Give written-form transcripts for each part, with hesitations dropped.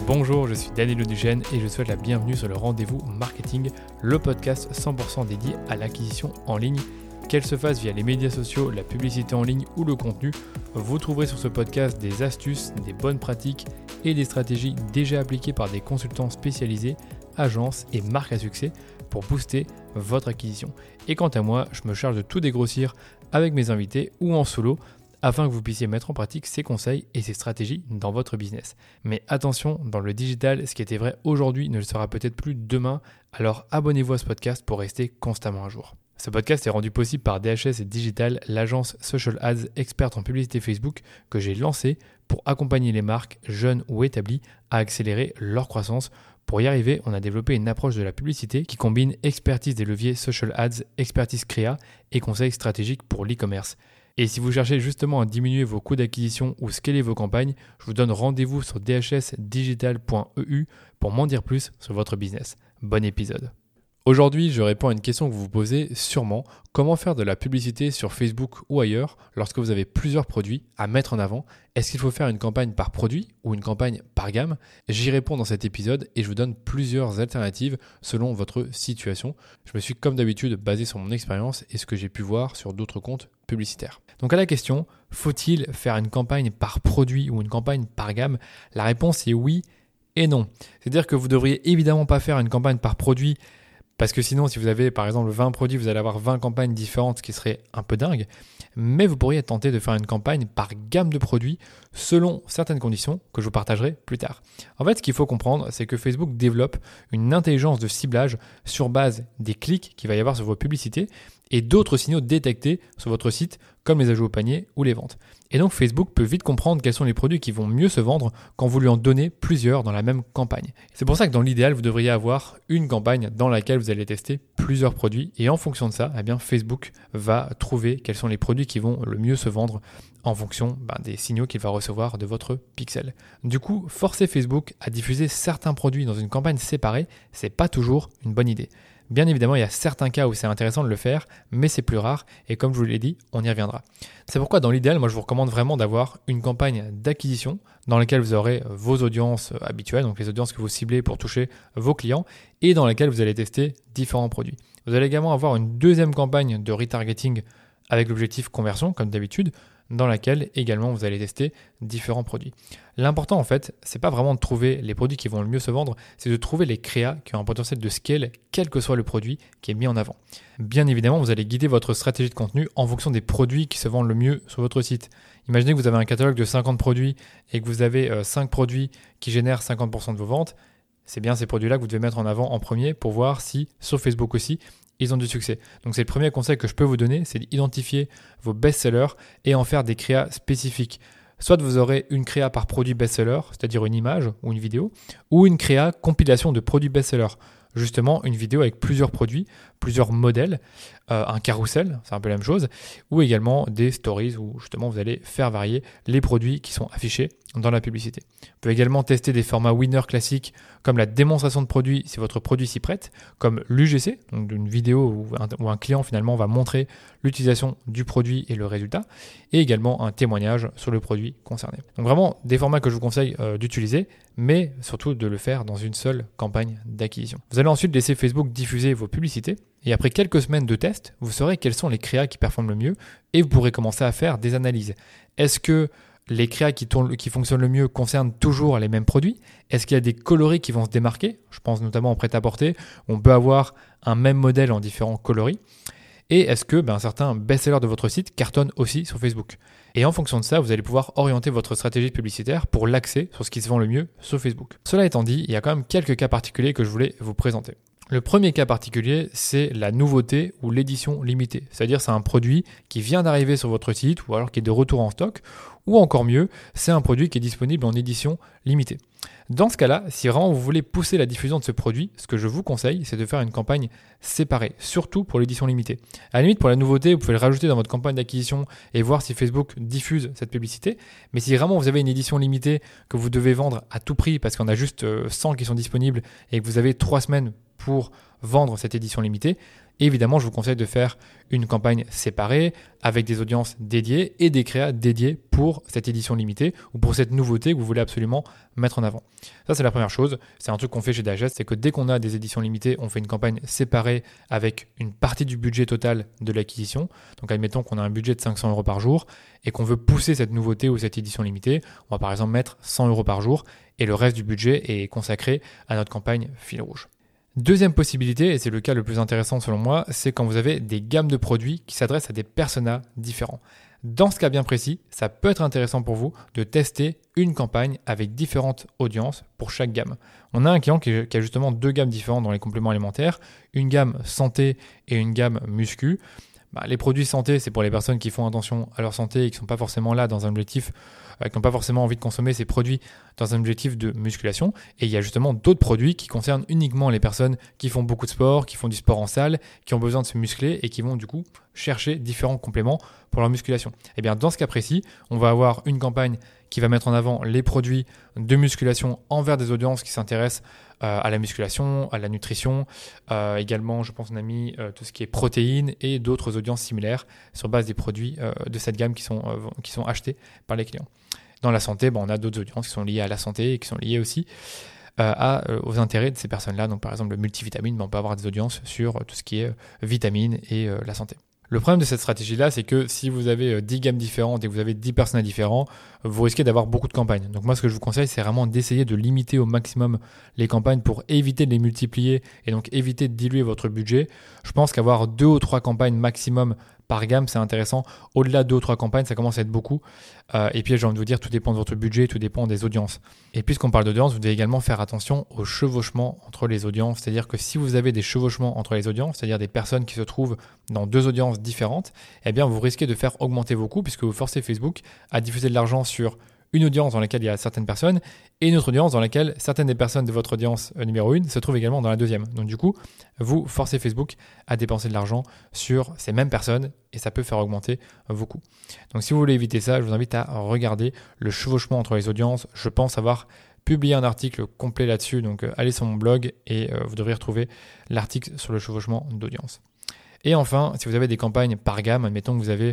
Bonjour, je suis Daniel Duchesne et je souhaite la bienvenue sur le Rendez-vous Marketing, le podcast 100% dédié à l'acquisition en ligne. Qu'elle se fasse via les médias sociaux, la publicité en ligne ou le contenu, vous trouverez sur ce podcast des astuces, des bonnes pratiques et des stratégies déjà appliquées par des consultants spécialisés, agences et marques à succès pour booster votre acquisition. Et quant à moi, je me charge de tout dégrossir avec mes invités ou en solo afin que vous puissiez mettre en pratique ces conseils et ces stratégies dans votre business. Mais attention, dans le digital, ce qui était vrai aujourd'hui ne le sera peut-être plus demain, alors abonnez-vous à ce podcast pour rester constamment à jour. Ce podcast est rendu possible par DHS et Digital, l'agence Social Ads experte en publicité Facebook que j'ai lancée pour accompagner les marques, jeunes ou établies, à accélérer leur croissance. Pour y arriver, on a développé une approche de la publicité qui combine expertise des leviers Social Ads, expertise créa et conseils stratégiques pour l'e-commerce. Et si vous cherchez justement à diminuer vos coûts d'acquisition ou scaler vos campagnes, je vous donne rendez-vous sur dhsdigital.eu pour m'en dire plus sur votre business. Bon épisode. Aujourd'hui, je réponds à une question que vous vous posez sûrement. Comment faire de la publicité sur Facebook ou ailleurs lorsque vous avez plusieurs produits à mettre en avant? Est-ce qu'il faut faire une campagne par produit ou une campagne par gamme? J'y réponds dans cet épisode et je vous donne plusieurs alternatives selon votre situation. Je me suis comme d'habitude basé sur mon expérience et ce que j'ai pu voir sur d'autres comptes publicitaires. Donc à la question, faut-il faire une campagne par produit ou une campagne par gamme? La réponse est oui et non. C'est-à-dire que vous ne devriez évidemment pas faire une campagne par produit parce que sinon, si vous avez par exemple 20 produits, vous allez avoir 20 campagnes différentes, ce qui serait un peu dingue. Mais vous pourriez tenter de faire une campagne par gamme de produits selon certaines conditions que je vous partagerai plus tard. En fait, ce qu'il faut comprendre, c'est que Facebook développe une intelligence de ciblage sur base des clics qu'il va y avoir sur vos publicités et d'autres signaux détectés sur votre site, comme les ajouts au panier ou les ventes. Et donc Facebook peut vite comprendre quels sont les produits qui vont mieux se vendre quand vous lui en donnez plusieurs dans la même campagne. C'est pour ça que dans l'idéal, vous devriez avoir une campagne dans laquelle vous allez tester plusieurs produits et en fonction de ça, Facebook va trouver quels sont les produits qui vont le mieux se vendre en fonction des signaux qu'il va recevoir de votre pixel. Du coup, forcer Facebook à diffuser certains produits dans une campagne séparée, c'est pas toujours une bonne idée. Bien évidemment, il y a certains cas où c'est intéressant de le faire, mais c'est plus rare et comme je vous l'ai dit, on y reviendra. C'est pourquoi dans l'idéal, moi je vous recommande vraiment d'avoir une campagne d'acquisition dans laquelle vous aurez vos audiences habituelles, donc les audiences que vous ciblez pour toucher vos clients et dans laquelle vous allez tester différents produits. Vous allez également avoir une deuxième campagne de retargeting avec l'objectif conversion, comme d'habitude, dans laquelle également vous allez tester différents produits. L'important en fait, c'est pas vraiment de trouver les produits qui vont le mieux se vendre, c'est de trouver les créas qui ont un potentiel de scale, quel que soit le produit qui est mis en avant. Bien évidemment, vous allez guider votre stratégie de contenu en fonction des produits qui se vendent le mieux sur votre site. Imaginez que vous avez un catalogue de 50 produits et que vous avez 5 produits qui génèrent 50% de vos ventes. C'est bien ces produits-là que vous devez mettre en avant en premier pour voir si, sur Facebook aussi, ils ont du succès. Donc c'est le premier conseil que je peux vous donner, c'est d'identifier vos best-sellers et en faire des créas spécifiques. Soit vous aurez une créa par produit best-seller, c'est-à-dire une image ou une vidéo, ou une créa compilation de produits best-sellers. Justement, une vidéo avec plusieurs produits, plusieurs modèles, un carrousel, c'est un peu la même chose, ou également des stories où justement vous allez faire varier les produits qui sont affichés dans la publicité. Vous pouvez également tester des formats winner classiques comme la démonstration de produit si votre produit s'y prête, comme l'UGC, donc une vidéo où un client finalement va montrer l'utilisation du produit et le résultat, et également un témoignage sur le produit concerné. Donc vraiment des formats que je vous conseille d'utiliser, mais surtout de le faire dans une seule campagne d'acquisition. Vous allez ensuite laisser Facebook diffuser vos publicités, et après quelques semaines de test, vous saurez quels sont les créas qui performent le mieux, et vous pourrez commencer à faire des analyses. Est-ce que les créas qui fonctionnent le mieux concernent toujours les mêmes produits? Est-ce qu'il y a des coloris qui vont se démarquer? Je pense notamment en prêt-à-porter, où on peut avoir un même modèle en différents coloris. Et est-ce que certains best-sellers de votre site cartonnent aussi sur Facebook? Et en fonction de ça, vous allez pouvoir orienter votre stratégie publicitaire pour l'axer sur ce qui se vend le mieux sur Facebook. Cela étant dit, il y a quand même quelques cas particuliers que je voulais vous présenter. Le premier cas particulier, c'est la nouveauté ou l'édition limitée. C'est-à-dire c'est un produit qui vient d'arriver sur votre site ou alors qui est de retour en stock. Ou encore mieux, c'est un produit qui est disponible en édition limitée. Dans ce cas-là, si vraiment vous voulez pousser la diffusion de ce produit, ce que je vous conseille, c'est de faire une campagne séparée, surtout pour l'édition limitée. À la limite, pour la nouveauté, vous pouvez le rajouter dans votre campagne d'acquisition et voir si Facebook diffuse cette publicité. Mais si vraiment vous avez une édition limitée que vous devez vendre à tout prix parce qu'on a juste 100 qui sont disponibles et que vous avez 3 semaines pour vendre cette édition limitée. Et évidemment, je vous conseille de faire une campagne séparée avec des audiences dédiées et des créas dédiés pour cette édition limitée ou pour cette nouveauté que vous voulez absolument mettre en avant. Ça, c'est la première chose. C'est un truc qu'on fait chez Digest, c'est que dès qu'on a des éditions limitées, on fait une campagne séparée avec une partie du budget total de l'acquisition. Donc, admettons qu'on a un budget de 500 € par jour et qu'on veut pousser cette nouveauté ou cette édition limitée. On va par exemple mettre 100 € par jour et le reste du budget est consacré à notre campagne fil rouge. Deuxième possibilité, et c'est le cas le plus intéressant selon moi, c'est quand vous avez des gammes de produits qui s'adressent à des personas différents. Dans ce cas bien précis, ça peut être intéressant pour vous de tester une campagne avec différentes audiences pour chaque gamme. On a un client qui a justement 2 gammes différentes dans les compléments alimentaires, une gamme santé et une gamme muscu. Les produits santé, c'est pour les personnes qui font attention à leur santé et qui ne sont pas forcément là dans un objectif, qui n'ont pas forcément envie de consommer ces produits dans un objectif de musculation. Et il y a justement d'autres produits qui concernent uniquement les personnes qui font beaucoup de sport, qui font du sport en salle, qui ont besoin de se muscler et qui vont du coup chercher différents compléments pour leur musculation. Et bien dans ce cas précis, on va avoir une campagne qui va mettre en avant les produits de musculation envers des audiences qui s'intéressent à la musculation, à la nutrition. Également, je pense qu'on a mis tout ce qui est protéines et d'autres audiences similaires sur base des produits de cette gamme qui sont achetés par les clients. Dans la santé, on a d'autres audiences qui sont liées à la santé et qui sont liées aussi aux intérêts de ces personnes-là. Donc par exemple, le multivitamine, on peut avoir des audiences sur tout ce qui est vitamines et la santé. Le problème de cette stratégie-là, c'est que si vous avez 10 gammes différentes et que vous avez 10 personas différents, vous risquez d'avoir beaucoup de campagnes. Donc moi, ce que je vous conseille, c'est vraiment d'essayer de limiter au maximum les campagnes pour éviter de les multiplier et donc éviter de diluer votre budget. Je pense qu'avoir 2 ou 3 campagnes maximum par gamme, c'est intéressant. Au-delà de 2 ou 3 campagnes, ça commence à être beaucoup. Et puis, j'ai envie de vous dire, tout dépend de votre budget, tout dépend des audiences. Et puisqu'on parle d'audience, vous devez également faire attention au chevauchement entre les audiences. C'est-à-dire que si vous avez des chevauchements entre les audiences, c'est-à-dire des personnes qui se trouvent dans 2 audiences différentes, eh bien, vous risquez de faire augmenter vos coûts puisque vous forcez Facebook à diffuser de l'argent sur une audience dans laquelle il y a certaines personnes et une autre audience dans laquelle certaines des personnes de votre audience numéro 1 se trouvent également dans la deuxième. Donc du coup, vous forcez Facebook à dépenser de l'argent sur ces mêmes personnes et ça peut faire augmenter vos coûts. Donc si vous voulez éviter ça, je vous invite à regarder le chevauchement entre les audiences. Je pense avoir publié un article complet là-dessus, donc allez sur mon blog et vous devrez retrouver l'article sur le chevauchement d'audience. Et enfin, si vous avez des campagnes par gamme, admettons que vous avez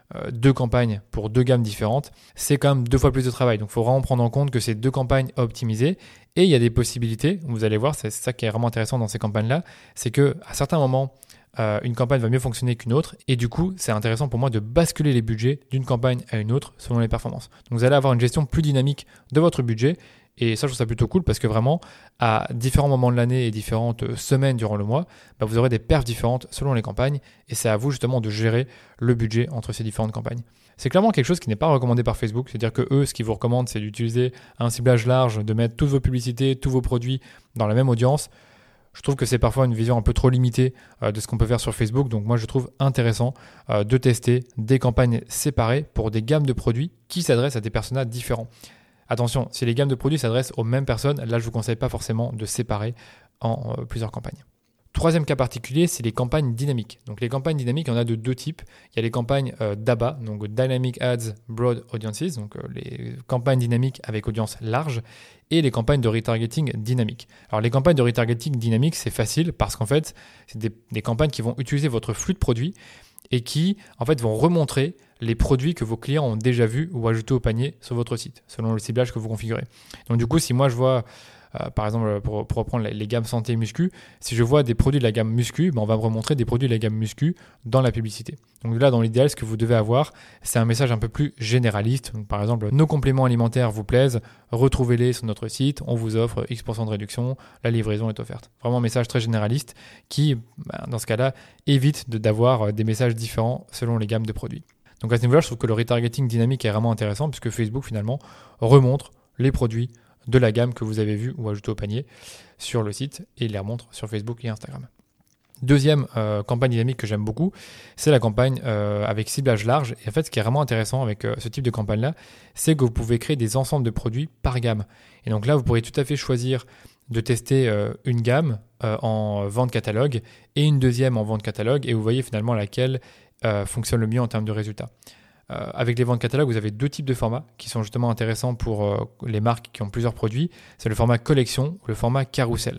2 campagnes pour 2 gammes différentes, c'est quand même 2 fois plus de travail. Donc il faut vraiment prendre en compte que c'est 2 campagnes à optimiser et il y a des possibilités. Vous allez voir, c'est ça qui est vraiment intéressant dans ces campagnes-là, c'est qu'à certains moments, une campagne va mieux fonctionner qu'une autre et du coup, c'est intéressant pour moi de basculer les budgets d'une campagne à une autre selon les performances. Donc vous allez avoir une gestion plus dynamique de votre budget. Et ça, je trouve ça plutôt cool parce que vraiment, à différents moments de l'année et différentes semaines durant le mois, vous aurez des perfs différentes selon les campagnes et c'est à vous justement de gérer le budget entre ces différentes campagnes. C'est clairement quelque chose qui n'est pas recommandé par Facebook, c'est-à-dire que eux, ce qu'ils vous recommandent, c'est d'utiliser un ciblage large, de mettre toutes vos publicités, tous vos produits dans la même audience. Je trouve que c'est parfois une vision un peu trop limitée de ce qu'on peut faire sur Facebook, donc moi je trouve intéressant de tester des campagnes séparées pour des gammes de produits qui s'adressent à des personas différents. Attention, si les gammes de produits s'adressent aux mêmes personnes, là je ne vous conseille pas forcément de séparer en plusieurs campagnes. Troisième cas particulier, c'est les campagnes dynamiques. Donc les campagnes dynamiques, il y en a de 2 types. Il y a les campagnes DABA, donc Dynamic Ads Broad Audiences, donc les campagnes dynamiques avec audience large, et les campagnes de retargeting dynamique. Alors les campagnes de retargeting dynamique, c'est facile parce qu'en fait, c'est des campagnes qui vont utiliser votre flux de produits et qui en fait vont remontrer les produits que vos clients ont déjà vus ou ajoutés au panier sur votre site, selon le ciblage que vous configurez. Donc du coup, si moi je vois, par exemple, pour reprendre les gammes santé muscu, si je vois des produits de la gamme muscu, on va me remontrer des produits de la gamme muscu dans la publicité. Donc là, dans l'idéal, ce que vous devez avoir, c'est un message un peu plus généraliste. Donc, par exemple, nos compléments alimentaires vous plaisent, retrouvez-les sur notre site, on vous offre X% de réduction, la livraison est offerte. Vraiment un message très généraliste qui, dans ce cas-là, évite d'avoir des messages différents selon les gammes de produits. Donc à ce niveau-là, je trouve que le retargeting dynamique est vraiment intéressant puisque Facebook finalement remontre les produits de la gamme que vous avez vus ou ajoutés au panier sur le site et il les remontre sur Facebook et Instagram. Deuxième campagne dynamique que j'aime beaucoup, c'est la campagne avec ciblage large. Et en fait, ce qui est vraiment intéressant avec ce type de campagne-là, c'est que vous pouvez créer des ensembles de produits par gamme. Et donc là, vous pourrez tout à fait choisir de tester une gamme en vente catalogue et une deuxième en vente catalogue et vous voyez finalement laquelle fonctionne le mieux en termes de résultats. Avec les ventes catalogues, vous avez 2 types de formats qui sont justement intéressants pour les marques qui ont plusieurs produits. C'est le format collection ou le format carrousel.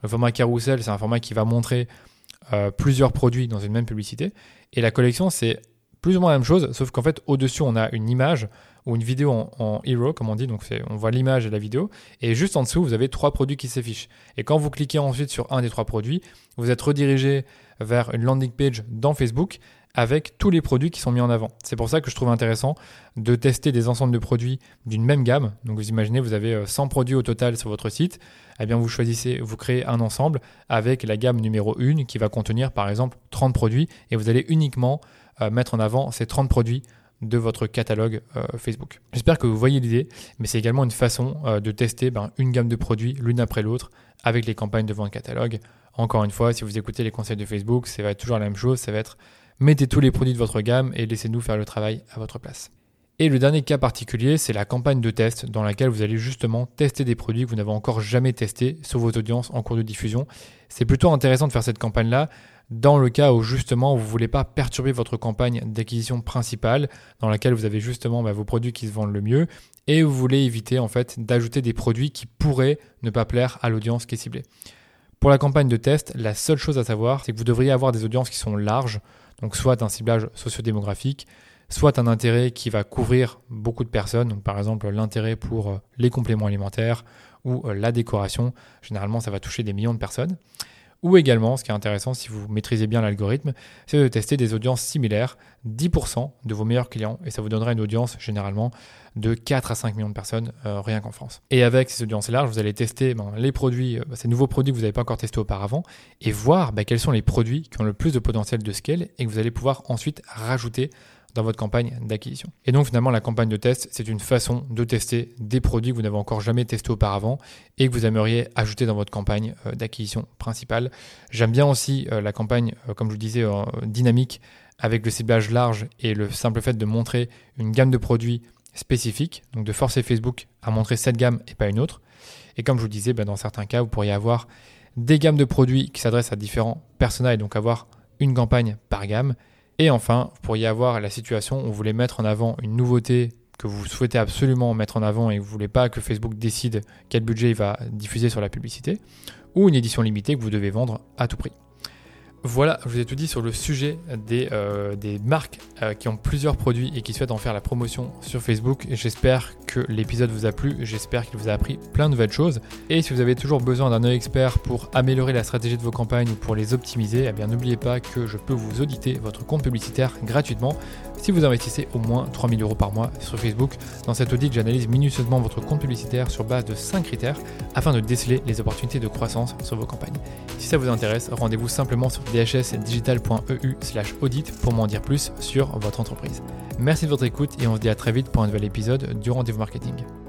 Le format carousel, c'est un format qui va montrer plusieurs produits dans une même publicité. Et la collection, c'est plus ou moins la même chose, sauf qu'en fait, au-dessus, on a une image ou une vidéo en hero, comme on dit. Donc, on voit l'image et la vidéo. Et juste en dessous, vous avez 3 produits qui s'affichent. Et quand vous cliquez ensuite sur un des 3 produits, vous êtes redirigé vers une landing page dans Facebook avec tous les produits qui sont mis en avant. C'est pour ça que je trouve intéressant de tester des ensembles de produits d'une même gamme. Donc, vous imaginez, vous avez 100 produits au total sur votre site. Eh bien, vous créez un ensemble avec la gamme numéro 1 qui va contenir, par exemple, 30 produits. Et vous allez uniquement mettre en avant ces 30 produits de votre catalogue Facebook. J'espère que vous voyez l'idée, mais c'est également une façon de tester une gamme de produits l'une après l'autre avec les campagnes de vente catalogue. Encore une fois, si vous écoutez les conseils de Facebook, ça va être toujours la même chose, ça va être mettez tous les produits de votre gamme et laissez-nous faire le travail à votre place. Et le dernier cas particulier, c'est la campagne de test dans laquelle vous allez justement tester des produits que vous n'avez encore jamais testés sur votre audience en cours de diffusion. C'est plutôt intéressant de faire cette campagne-là dans le cas où justement vous ne voulez pas perturber votre campagne d'acquisition principale dans laquelle vous avez justement vos produits qui se vendent le mieux et vous voulez éviter en fait d'ajouter des produits qui pourraient ne pas plaire à l'audience qui est ciblée. Pour la campagne de test, la seule chose à savoir, c'est que vous devriez avoir des audiences qui sont larges, donc soit un ciblage sociodémographique, soit un intérêt qui va couvrir beaucoup de personnes, donc par exemple l'intérêt pour les compléments alimentaires ou la décoration, généralement ça va toucher des millions de personnes. Ou également, ce qui est intéressant si vous maîtrisez bien l'algorithme, c'est de tester des audiences similaires, 10% de vos meilleurs clients, et ça vous donnera une audience généralement de 4 à 5 millions de personnes, rien qu'en France. Et avec ces audiences larges, vous allez tester les produits, ces nouveaux produits que vous n'avez pas encore testés auparavant, et voir quels sont les produits qui ont le plus de potentiel de scale, et que vous allez pouvoir ensuite rajouter dans votre campagne d'acquisition. Et donc finalement, la campagne de test, c'est une façon de tester des produits que vous n'avez encore jamais testés auparavant et que vous aimeriez ajouter dans votre campagne d'acquisition principale. J'aime bien aussi la campagne, comme je vous disais, dynamique avec le ciblage large et le simple fait de montrer une gamme de produits spécifiques, donc de forcer Facebook à montrer cette gamme et pas une autre. Et comme je vous disais, dans certains cas, vous pourriez avoir des gammes de produits qui s'adressent à différents personas et donc avoir une campagne par gamme. Et enfin, vous pourriez avoir la situation où vous voulez mettre en avant une nouveauté que vous souhaitez absolument mettre en avant et que vous ne voulez pas que Facebook décide quel budget il va diffuser sur la publicité, ou une édition limitée que vous devez vendre à tout prix. Voilà, je vous ai tout dit sur le sujet des marques qui ont plusieurs produits et qui souhaitent en faire la promotion sur Facebook. J'espère que l'épisode vous a plu, j'espère qu'il vous a appris plein de nouvelles choses. Et si vous avez toujours besoin d'un œil expert pour améliorer la stratégie de vos campagnes ou pour les optimiser, n'oubliez pas que je peux vous auditer votre compte publicitaire gratuitement si vous investissez au moins 3 000 € par mois sur Facebook. Dans cet audit, j'analyse minutieusement votre compte publicitaire sur base de 5 critères afin de déceler les opportunités de croissance sur vos campagnes. Si ça vous intéresse, rendez-vous simplement sur dhsdigital.eu/audit pour m'en dire plus sur votre entreprise. Merci de votre écoute et on se dit à très vite pour un nouvel épisode du Rendez-vous Marketing.